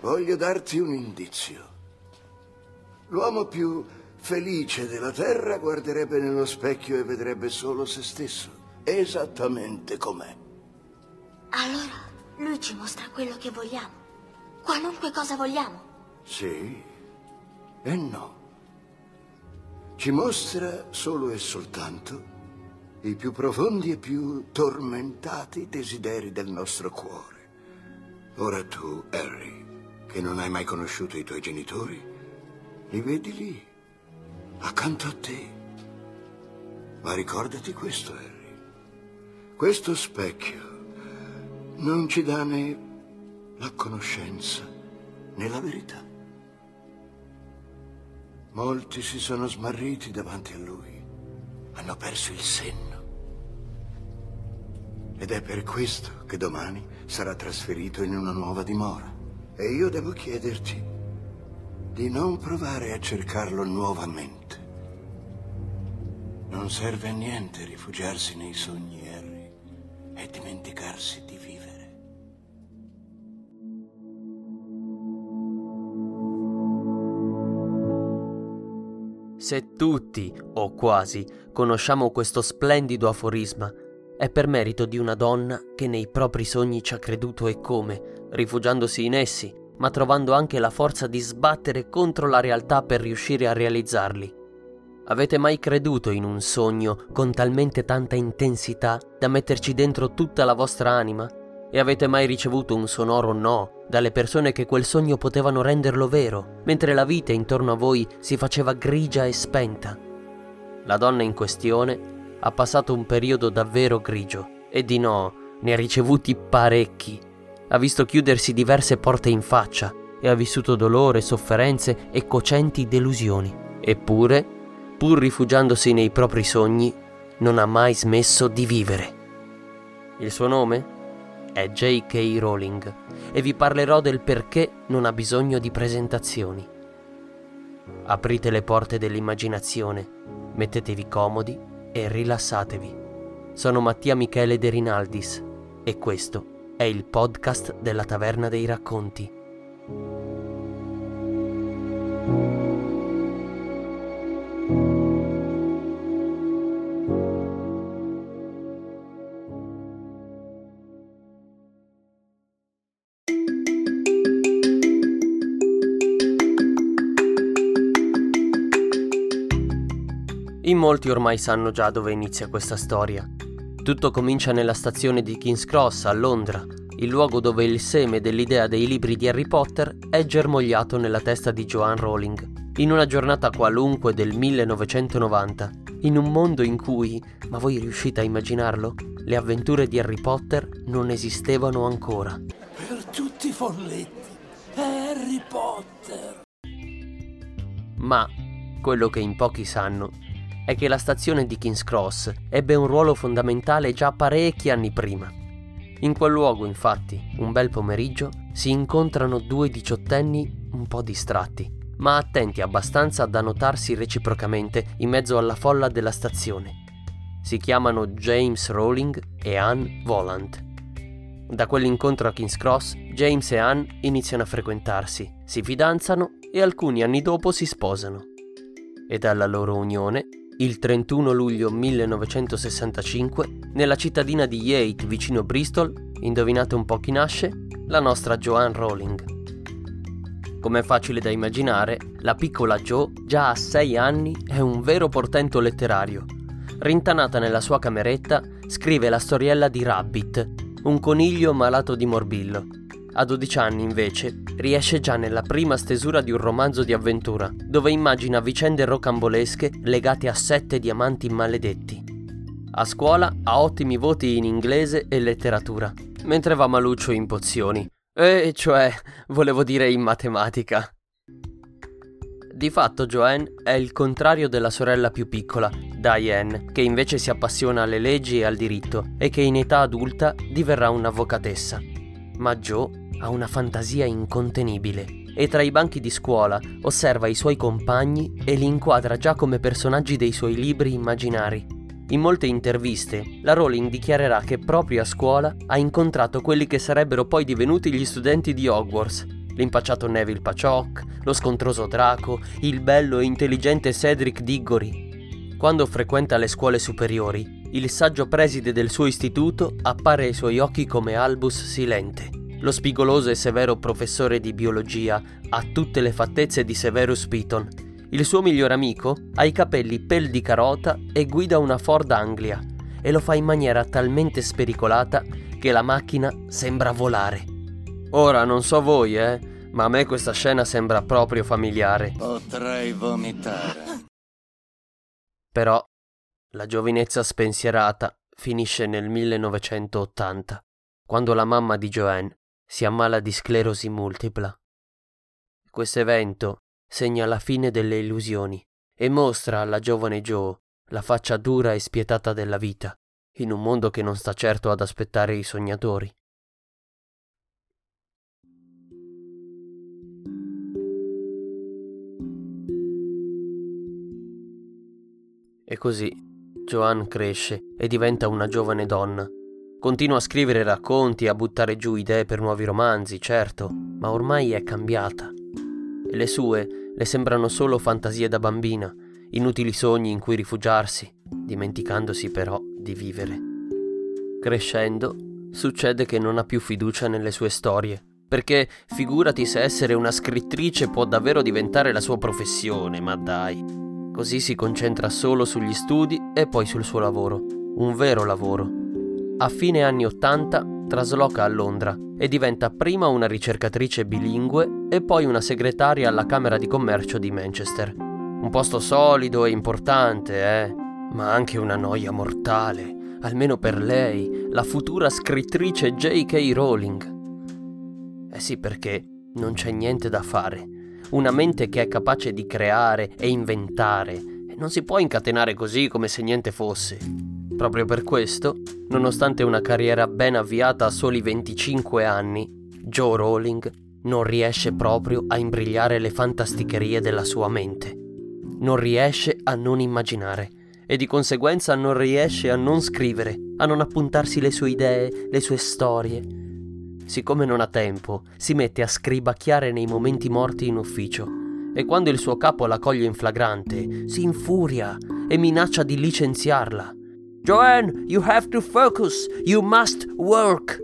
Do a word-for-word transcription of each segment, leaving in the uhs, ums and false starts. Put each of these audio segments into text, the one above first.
Voglio darti un indizio. L'uomo più felice della Terra guarderebbe nello specchio e vedrebbe solo se stesso, esattamente com'è. Allora, lui ci mostra quello che vogliamo. Qualunque cosa vogliamo. Sì e no. Ci mostra solo e soltanto i più profondi e più tormentati desideri del nostro cuore. Ora tu, Harry, che non hai mai conosciuto i tuoi genitori, li vedi lì, accanto a te. Ma ricordati questo, Harry. Questo specchio non ci dà né la conoscenza né la verità. Molti si sono smarriti davanti a lui, hanno perso il senno. Ed è per questo che domani sarà trasferito in una nuova dimora. E io devo chiederti di non provare a cercarlo nuovamente. Non serve a niente rifugiarsi nei sogni, Harry, e dimenticarsi di vivere. Se tutti, o quasi, conosciamo questo splendido aforisma, è per merito di una donna che nei propri sogni ci ha creduto e come, rifugiandosi in essi, ma trovando anche la forza di sbattere contro la realtà per riuscire a realizzarli. Avete mai creduto in un sogno con talmente tanta intensità da metterci dentro tutta la vostra anima? E avete mai ricevuto un sonoro no dalle persone che quel sogno potevano renderlo vero, mentre la vita intorno a voi si faceva grigia e spenta? La donna in questione ha passato un periodo davvero grigio e di no ne ha ricevuti parecchi. Ha visto chiudersi diverse porte in faccia e ha vissuto dolore, sofferenze e cocenti delusioni. Eppure, pur rifugiandosi nei propri sogni, non ha mai smesso di vivere. Il suo nome è J K. Rowling e vi parlerò del perché non ha bisogno di presentazioni. Aprite le porte dell'immaginazione, mettetevi comodi e rilassatevi. Sono Mattia Michele De Rinaldis e questo è il podcast della Taverna dei Racconti. In molti ormai sanno già dove inizia questa storia. Tutto comincia nella stazione di King's Cross a Londra, il luogo dove il seme dell'idea dei libri di Harry Potter è germogliato nella testa di Joanne Rowling, in una giornata qualunque del millenovecentonovanta, in un mondo in cui, ma voi riuscite a immaginarlo, le avventure di Harry Potter non esistevano ancora. Per tutti i folletti, è Harry Potter! Ma quello che in pochi sanno è che la stazione di King's Cross ebbe un ruolo fondamentale già parecchi anni prima. In quel luogo, infatti, un bel pomeriggio, si incontrano due diciottenni un po' distratti, ma attenti abbastanza da notarsi reciprocamente in mezzo alla folla della stazione. Si chiamano James Rowling e Anne Volant. Da quell'incontro a King's Cross, James e Anne iniziano a frequentarsi, si fidanzano e alcuni anni dopo si sposano. E dalla loro unione, il trentuno luglio millenovecentosessantacinque, nella cittadina di Yate vicino Bristol, indovinate un po' chi nasce? La nostra Joanne Rowling. Come è facile da immaginare, la piccola Jo già a sei anni è un vero portento letterario. Rintanata nella sua cameretta, scrive la storiella di Rabbit, un coniglio malato di morbillo. A dodici anni, invece, riesce già nella prima stesura di un romanzo di avventura, dove immagina vicende rocambolesche legate a sette diamanti maledetti. A scuola ha ottimi voti in inglese e letteratura, mentre va maluccio in pozioni, e cioè, volevo dire in matematica. Di fatto Joanne è il contrario della sorella più piccola, Diane, che invece si appassiona alle leggi e al diritto e che in età adulta diverrà un'avvocatessa. Ma Jo ha una fantasia incontenibile e tra i banchi di scuola osserva i suoi compagni e li inquadra già come personaggi dei suoi libri immaginari. In molte interviste, la Rowling dichiarerà che proprio a scuola ha incontrato quelli che sarebbero poi divenuti gli studenti di Hogwarts l'impacciato Neville Pachock, lo scontroso Draco, il bello e intelligente Cedric Diggory. Quando frequenta le scuole superiori, il saggio preside del suo istituto appare ai suoi occhi come Albus Silente. Lo spigoloso e severo professore di biologia ha tutte le fattezze di Severus Piton. Il suo miglior amico ha i capelli pel di carota e guida una Ford Anglia, e lo fa in maniera talmente spericolata che la macchina sembra volare. Ora non so voi, eh, ma a me questa scena sembra proprio familiare. Potrei vomitare. Però la giovinezza spensierata finisce nel millenovecentottanta, quando la mamma di Joanne si ammala di sclerosi multipla. Questo evento segna la fine delle illusioni e mostra alla giovane Jo la faccia dura e spietata della vita, in un mondo che non sta certo ad aspettare i sognatori. E così Joanne cresce e diventa una giovane donna. Continua a scrivere racconti e a buttare giù idee per nuovi romanzi, certo, ma ormai è cambiata. E le sue le sembrano solo fantasie da bambina, inutili sogni in cui rifugiarsi, dimenticandosi però di vivere. Crescendo, succede che non ha più fiducia nelle sue storie, perché figurati se essere una scrittrice può davvero diventare la sua professione, ma dai. Così si concentra solo sugli studi e poi sul suo lavoro, un vero lavoro. A fine anni ottanta trasloca a Londra e diventa prima una ricercatrice bilingue e poi una segretaria alla Camera di Commercio di Manchester. Un posto solido e importante, eh? Ma anche una noia mortale, almeno per lei, la futura scrittrice J K Rowling. Eh sì, perché non c'è niente da fare. Una mente che è capace di creare e inventare e non si può incatenare così come se niente fosse. Proprio per questo, nonostante una carriera ben avviata a soli venticinque anni, Jo Rowling non riesce proprio a imbrigliare le fantasticherie della sua mente. Non riesce a non immaginare e di conseguenza non riesce a non scrivere, a non appuntarsi le sue idee, le sue storie. Siccome non ha tempo, si mette a scribacchiare nei momenti morti in ufficio e quando il suo capo la coglie in flagrante, si infuria e minaccia di licenziarla. Joanne, you have to focus, you must work.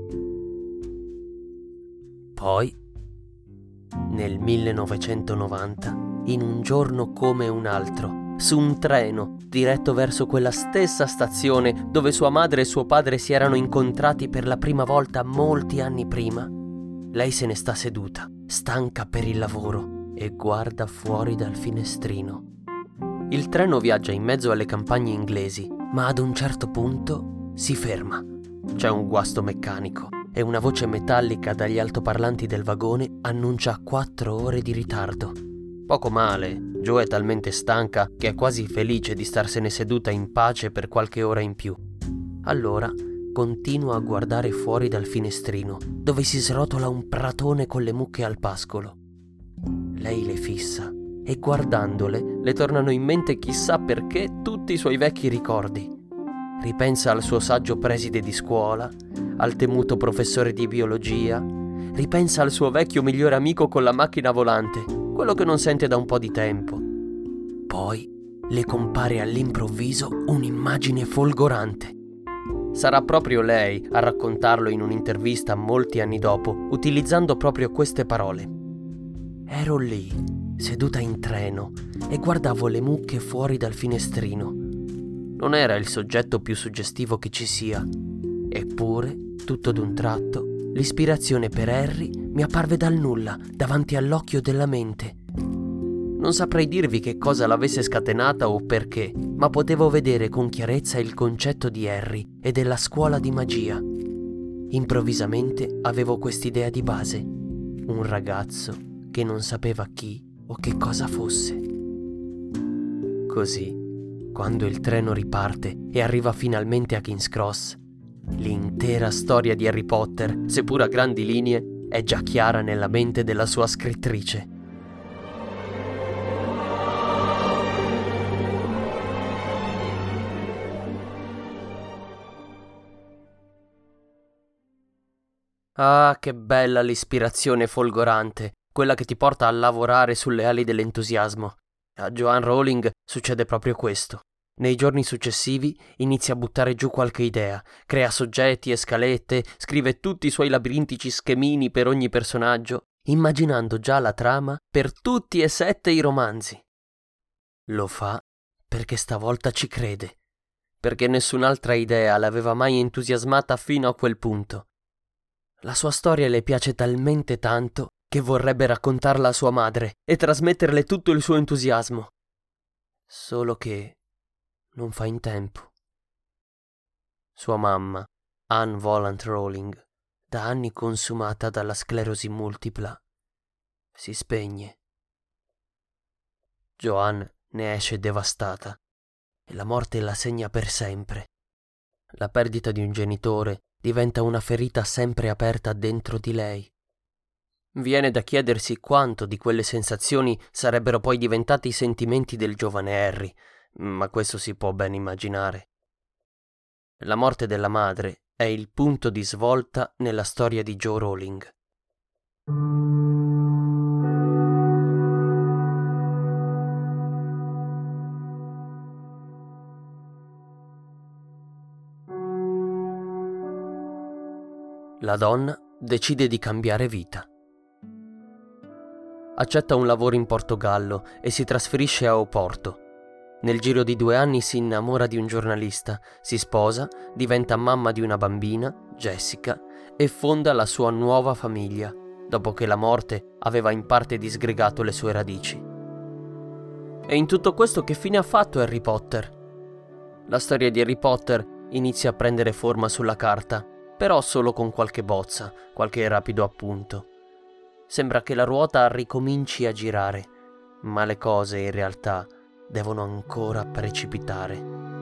Poi, nel millenovecentonovanta, in un giorno come un altro, su un treno diretto verso quella stessa stazione dove sua madre e suo padre si erano incontrati per la prima volta molti anni prima, lei se ne sta seduta, stanca per il lavoro, e guarda fuori dal finestrino. Il treno viaggia in mezzo alle campagne inglesi, ma ad un certo punto si ferma. C'è un guasto meccanico e una voce metallica dagli altoparlanti del vagone annuncia quattro ore di ritardo. Poco male, Jo è talmente stanca che è quasi felice di starsene seduta in pace per qualche ora in più. Allora continua a guardare fuori dal finestrino, dove si srotola un pratone con le mucche al pascolo. Lei le fissa e guardandole le tornano in mente chissà perché tutti i suoi vecchi ricordi. Ripensa al suo saggio preside di scuola, al temuto professore di biologia, ripensa al suo vecchio migliore amico con la macchina volante, quello che non sente da un po' di tempo. Poi le compare all'improvviso un'immagine folgorante. Sarà proprio lei a raccontarlo in un'intervista molti anni dopo, utilizzando proprio queste parole. Ero lì, seduta in treno, e guardavo le mucche fuori dal finestrino. Non era il soggetto più suggestivo che ci sia. Eppure, tutto d'un tratto, l'ispirazione per Harry mi apparve dal nulla, davanti all'occhio della mente. Non saprei dirvi che cosa l'avesse scatenata o perché, ma potevo vedere con chiarezza il concetto di Harry e della scuola di magia. Improvvisamente avevo quest'idea di base. Un ragazzo che non sapeva chi o che cosa fosse. Così, quando il treno riparte e arriva finalmente a King's Cross, l'intera storia di Harry Potter, seppur a grandi linee, è già chiara nella mente della sua scrittrice. Ah, che bella l'ispirazione folgorante, quella che ti porta a lavorare sulle ali dell'entusiasmo. A Joanne Rowling succede proprio questo. Nei giorni successivi inizia a buttare giù qualche idea, crea soggetti e scalette, scrive tutti i suoi labirintici schemini per ogni personaggio, immaginando già la trama per tutti e sette i romanzi. Lo fa perché stavolta ci crede, perché nessun'altra idea l'aveva mai entusiasmata fino a quel punto. La sua storia le piace talmente tanto che vorrebbe raccontarla a sua madre e trasmetterle tutto il suo entusiasmo. Solo che non fa in tempo. Sua mamma, Anne Volant Rowling, da anni consumata dalla sclerosi multipla, si spegne. Joanne ne esce devastata e la morte la segna per sempre. La perdita di un genitore diventa una ferita sempre aperta dentro di lei. Viene da chiedersi quanto di quelle sensazioni sarebbero poi diventati i sentimenti del giovane Harry, ma questo si può ben immaginare. La morte della madre è il punto di svolta nella storia di Jo Rowling. La donna decide di cambiare vita. Accetta un lavoro in Portogallo e si trasferisce a Oporto. Nel giro di due anni si innamora di un giornalista, si sposa, diventa mamma di una bambina, Jessica, e fonda la sua nuova famiglia, dopo che la morte aveva in parte disgregato le sue radici. E in tutto questo che fine ha fatto Harry Potter? La storia di Harry Potter inizia a prendere forma sulla carta, però solo con qualche bozza, qualche rapido appunto. Sembra che la ruota ricominci a girare, ma le cose in realtà devono ancora precipitare.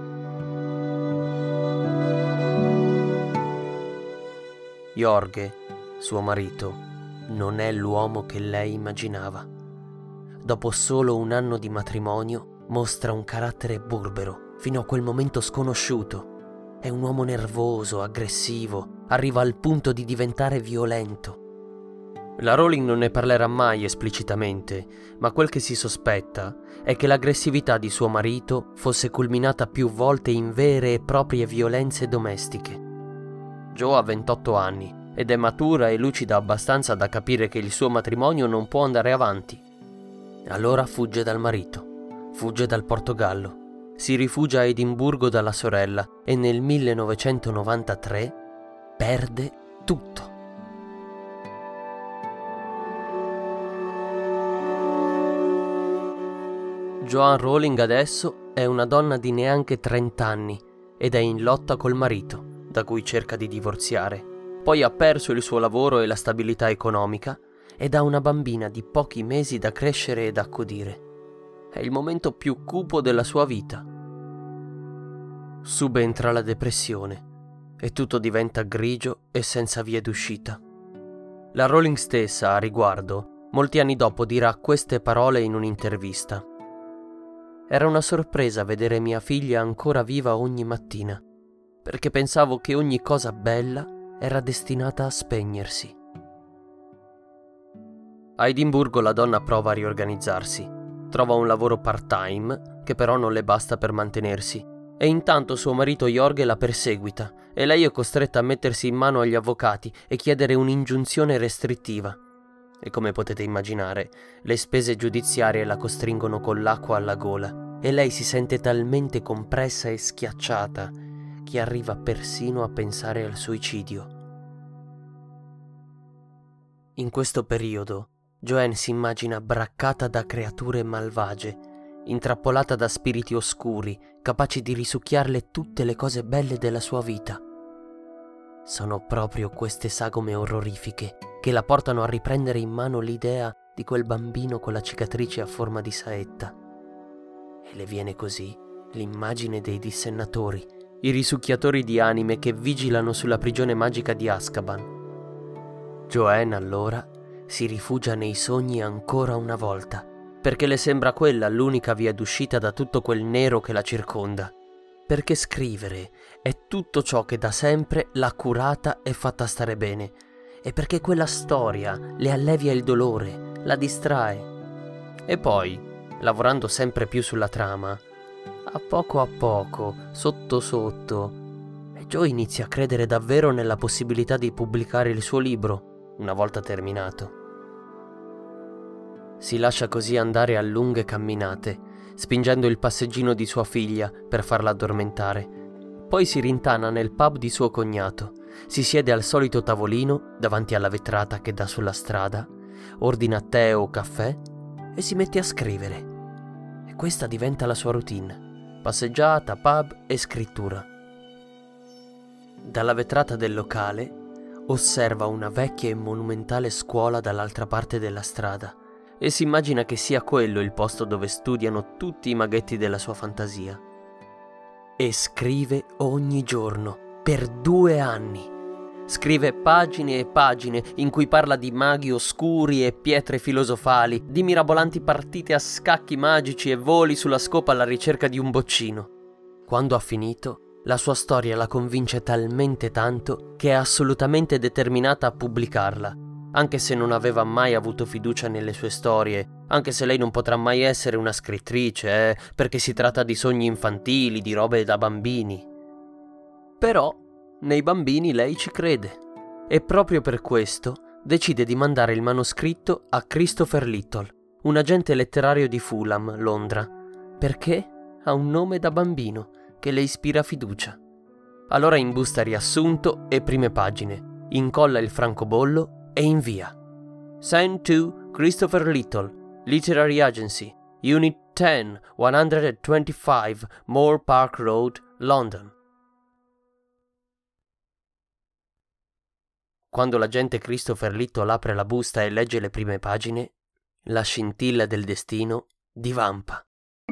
Jorge, suo marito, non è l'uomo che lei immaginava. Dopo solo un anno di matrimonio mostra un carattere burbero, fino a quel momento sconosciuto. È un uomo nervoso, aggressivo, arriva al punto di diventare violento. La Rowling non ne parlerà mai esplicitamente, ma quel che si sospetta è che l'aggressività di suo marito fosse culminata più volte in vere e proprie violenze domestiche. Jo ha ventotto anni ed è matura e lucida abbastanza da capire che il suo matrimonio non può andare avanti. Allora fugge dal marito, fugge dal Portogallo, si rifugia a Edimburgo dalla sorella e nel millenovecentonovantatré perde tutto. Joanne Rowling adesso è una donna di neanche trenta anni ed è in lotta col marito, da cui cerca di divorziare. Poi ha perso il suo lavoro e la stabilità economica ed ha una bambina di pochi mesi da crescere ed accudire. È il momento più cupo della sua vita. Subentra la depressione e tutto diventa grigio e senza vie d'uscita. La Rowling stessa, a riguardo, molti anni dopo dirà queste parole in un'intervista. Era una sorpresa vedere mia figlia ancora viva ogni mattina, perché pensavo che ogni cosa bella era destinata a spegnersi. A Edimburgo la donna prova a riorganizzarsi. Trova un lavoro part-time, che però non le basta per mantenersi, e intanto suo marito Jorge la perseguita e lei è costretta a mettersi in mano agli avvocati e chiedere un'ingiunzione restrittiva. E come potete immaginare, le spese giudiziarie la costringono con l'acqua alla gola e lei si sente talmente compressa e schiacciata che arriva persino a pensare al suicidio. In questo periodo, Joanne si immagina braccata da creature malvagie, intrappolata da spiriti oscuri, capaci di risucchiarle tutte le cose belle della sua vita. Sono proprio queste sagome orrorifiche che la portano a riprendere in mano l'idea di quel bambino con la cicatrice a forma di saetta. E le viene così l'immagine dei dissennatori, i risucchiatori di anime che vigilano sulla prigione magica di Azkaban. Joanne allora si rifugia nei sogni ancora una volta, perché le sembra quella l'unica via d'uscita da tutto quel nero che la circonda. Perché scrivere è tutto ciò che da sempre l'ha curata e fatta stare bene, e perché quella storia le allevia il dolore, la distrae. E poi, lavorando sempre più sulla trama, a poco a poco, sotto sotto, Joe inizia a credere davvero nella possibilità di pubblicare il suo libro, una volta terminato. Si lascia così andare a lunghe camminate, spingendo il passeggino di sua figlia per farla addormentare. Poi si rintana nel pub di suo cognato, si siede al solito tavolino davanti alla vetrata che dà sulla strada, ordina tè o caffè e si mette a scrivere. E questa diventa la sua routine: passeggiata, pub e scrittura. Dalla vetrata del locale osserva una vecchia e monumentale scuola dall'altra parte della strada e si immagina che sia quello il posto dove studiano tutti i maghetti della sua fantasia. E scrive ogni giorno, per due anni. Scrive pagine e pagine in cui parla di maghi oscuri e pietre filosofali, di mirabolanti partite a scacchi magici e voli sulla scopa alla ricerca di un boccino. Quando ha finito, la sua storia la convince talmente tanto che è assolutamente determinata a pubblicarla, anche se non aveva mai avuto fiducia nelle sue storie, anche se lei non potrà mai essere una scrittrice, eh, perché si tratta di sogni infantili, di robe da bambini. Però nei bambini lei ci crede e proprio per questo decide di mandare il manoscritto a Christopher Little, un agente letterario di Fulham, Londra, perché ha un nome da bambino che le ispira fiducia. Allora imbusta riassunto e prime pagine, incolla il francobollo e invia. Send to Christopher Little, Literary Agency, Unit ten, centoventicinque, Moore Park Road, London. Quando l'agente Christopher Little apre la busta e legge le prime pagine, la scintilla del destino divampa.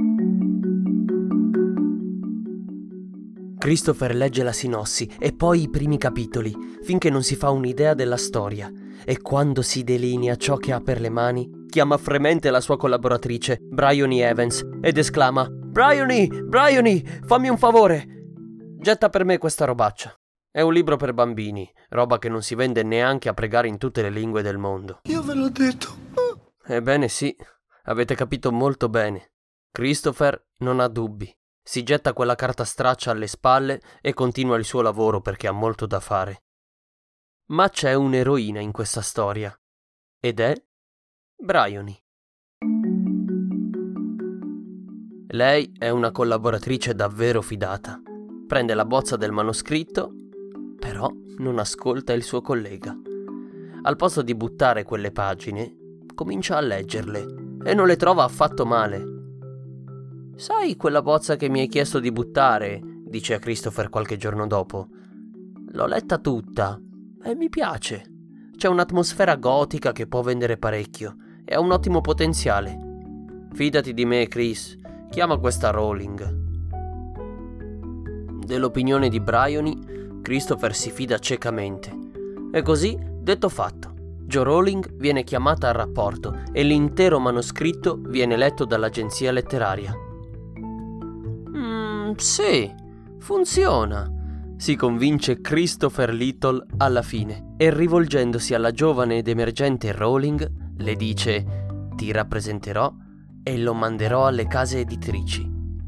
Christopher legge la sinossi e poi i primi capitoli, finché non si fa un'idea della storia, e quando si delinea ciò che ha per le mani, chiama fremente la sua collaboratrice, Bryony Evans, ed esclama: «Bryony, Bryony, fammi un favore! Getta per me questa robaccia. È un libro per bambini, roba che non si vende neanche a pregare in tutte le lingue del mondo». Io ve l'ho detto. Ebbene sì, avete capito molto bene. Christopher non ha dubbi. Si getta quella carta straccia alle spalle e continua il suo lavoro perché ha molto da fare. Ma c'è un'eroina in questa storia, ed è Bryony. Lei è una collaboratrice davvero fidata. Prende la bozza del manoscritto, però non ascolta il suo collega. Al posto di buttare quelle pagine, comincia a leggerle e non le trova affatto male. «Sai quella bozza che mi hai chiesto di buttare?» dice a Christopher qualche giorno dopo. «L'ho letta tutta e mi piace. C'è un'atmosfera gotica che può vendere parecchio e ha un ottimo potenziale. Fidati di me, Chris, chiama questa Rowling». Dell'opinione di Bryony, Christopher si fida ciecamente. E così, detto fatto, Jo Rowling viene chiamata a rapporto e l'intero manoscritto viene letto dall'agenzia letteraria. Mm, sì, funziona, si convince Christopher Little alla fine e rivolgendosi alla giovane ed emergente Rowling le dice: «Ti rappresenterò e lo manderò alle case editrici».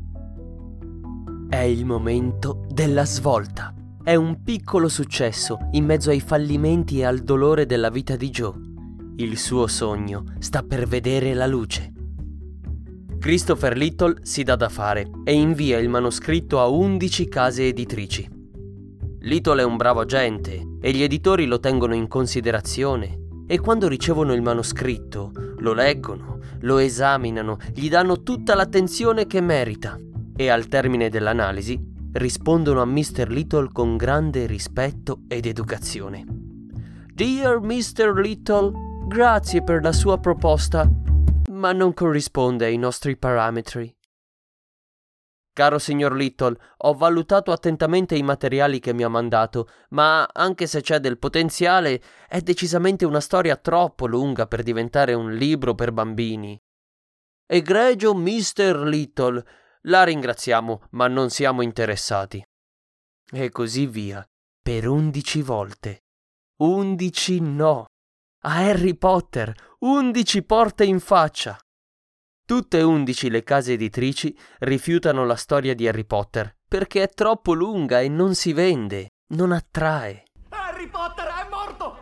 È il momento della svolta. È un piccolo successo in mezzo ai fallimenti e al dolore della vita di Joe. Il suo sogno sta per vedere la luce. Christopher Little si dà da fare e invia il manoscritto a undici case editrici. Little è un bravo agente e gli editori lo tengono in considerazione e quando ricevono il manoscritto lo leggono, lo esaminano, gli danno tutta l'attenzione che merita e al termine dell'analisi rispondono a mister Little con grande rispetto ed educazione. «Dear mister Little, grazie per la sua proposta, ma non corrisponde ai nostri parametri. Caro signor Little, ho valutato attentamente i materiali che mi ha mandato, ma anche se c'è del potenziale, è decisamente una storia troppo lunga per diventare un libro per bambini. Egregio mister Little, la ringraziamo, ma non siamo interessati». E così via, per undici volte. undici no. A Harry Potter, undici porte in faccia. Tutte e undici le case editrici rifiutano la storia di Harry Potter perché è troppo lunga e non si vende, non attrae. Harry Potter è morto!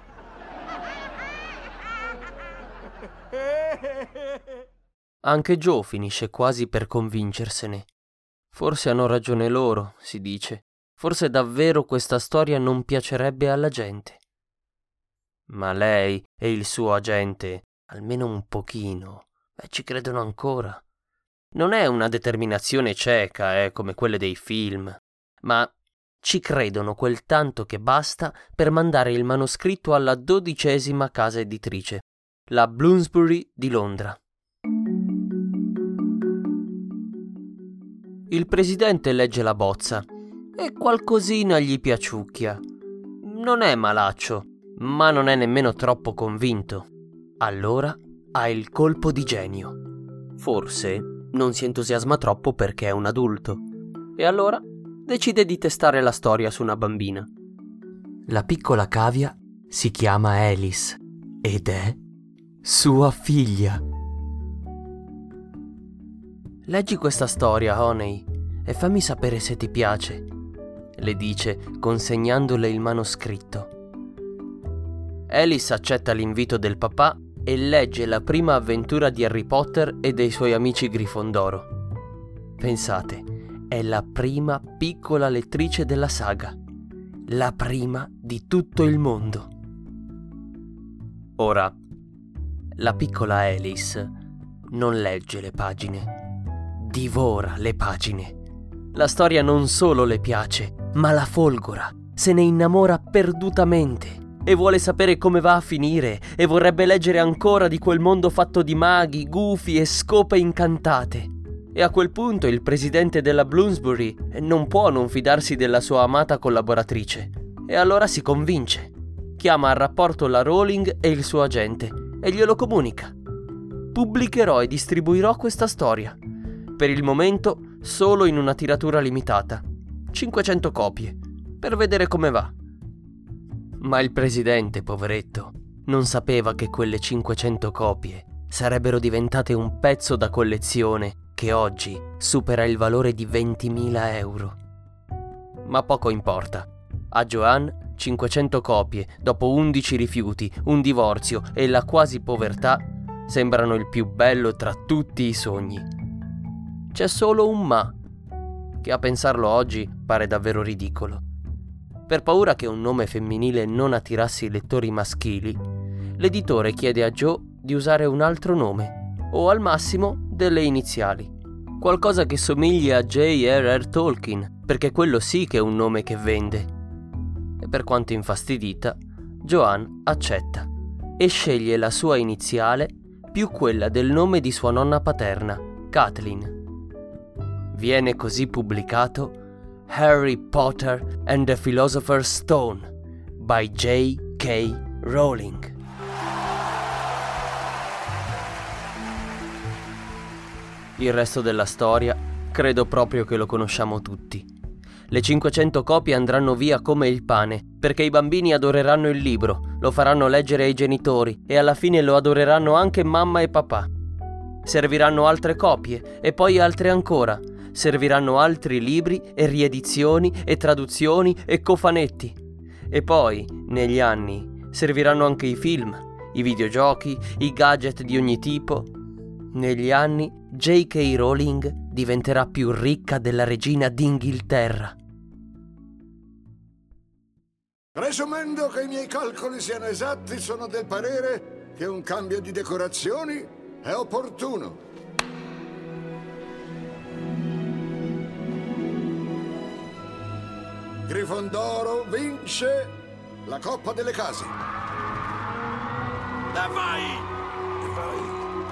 Anche Joe finisce quasi per convincersene. Forse hanno ragione loro, si dice. Forse davvero questa storia non piacerebbe alla gente. Ma lei e il suo agente, almeno un pochino, beh, ci credono ancora. Non è una determinazione cieca, eh, come quelle dei film, ma ci credono quel tanto che basta per mandare il manoscritto alla dodicesima casa editrice, la Bloomsbury di Londra. Il presidente legge la bozza e qualcosina gli piaciucchia. Non è malaccio, ma non è nemmeno troppo convinto. Allora ha il colpo di genio. Forse non si entusiasma troppo perché è un adulto. E allora decide di testare la storia su una bambina. La piccola cavia si chiama Alice ed è sua figlia. Leggi questa storia, Honey, e fammi sapere se ti piace, le dice consegnandole il manoscritto. Alice accetta l'invito del papà e legge la prima avventura di Harry Potter e dei suoi amici Grifondoro. Pensate, è la prima piccola lettrice della saga, la prima di tutto il mondo. Ora, la piccola Alice non legge le pagine, divora le pagine. La storia non solo le piace, ma la folgora, se ne innamora perdutamente e vuole sapere come va a finire e vorrebbe leggere ancora di quel mondo fatto di maghi, gufi e scope incantate. E a quel punto il presidente della Bloomsbury non può non fidarsi della sua amata collaboratrice e allora si convince. Chiama a rapporto la Rowling e il suo agente e glielo comunica. Pubblicherò e distribuirò questa storia. Per il momento solo in una tiratura limitata, cinquecento copie, per vedere come va. Ma il presidente, poveretto, non sapeva che quelle cinquecento copie sarebbero diventate un pezzo da collezione che oggi supera il valore di ventimila euro. Ma poco importa. A Joanne cinquecento copie, dopo undici rifiuti, un divorzio e la quasi povertà, sembrano il più bello tra tutti i sogni. C'è solo un ma, che a pensarlo oggi pare davvero ridicolo. Per paura che un nome femminile non attirasse i lettori maschili, l'editore chiede a Joe di usare un altro nome, o al massimo delle iniziali. Qualcosa che somigli a J R R Tolkien, perché quello sì che è un nome che vende. E per quanto infastidita, Joanne accetta e sceglie la sua iniziale più quella del nome di sua nonna paterna, Kathleen. Viene così pubblicato Harry Potter and the Philosopher's Stone by J K Rowling. Il resto della storia credo proprio che lo conosciamo tutti. Le cinquecento copie andranno via come il pane, perché i bambini adoreranno il libro, lo faranno leggere ai genitori e alla fine lo adoreranno anche mamma e papà. Serviranno altre copie e poi altre ancora. Serviranno altri libri e riedizioni e traduzioni e cofanetti. E poi, negli anni, serviranno anche i film, i videogiochi, i gadget di ogni tipo. Negli anni, J K Rowling diventerà più ricca della regina d'Inghilterra. Presumendo che i miei calcoli siano esatti, sono del parere che un cambio di decorazioni è opportuno. Grifondoro vince la Coppa delle Case. E vai! E vai!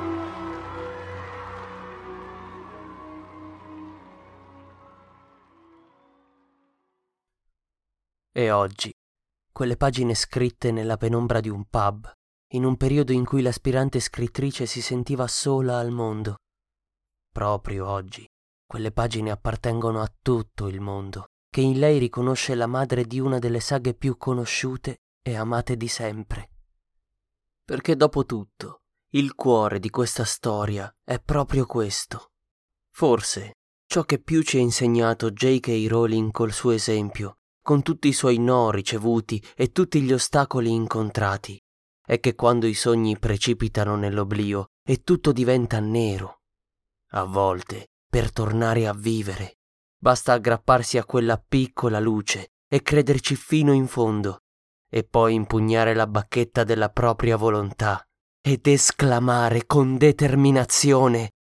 E oggi, quelle pagine scritte nella penombra di un pub, in un periodo in cui l'aspirante scrittrice si sentiva sola al mondo. Proprio oggi, quelle pagine appartengono a tutto il mondo, che in lei riconosce la madre di una delle saghe più conosciute e amate di sempre. Perché dopo tutto, il cuore di questa storia è proprio questo. Forse ciò che più ci ha insegnato J K. Rowling col suo esempio, con tutti i suoi no ricevuti e tutti gli ostacoli incontrati, è che quando i sogni precipitano nell'oblio e tutto diventa nero, a volte, per tornare a vivere, basta aggrapparsi a quella piccola luce e crederci fino in fondo, e poi impugnare la bacchetta della propria volontà ed esclamare con determinazione: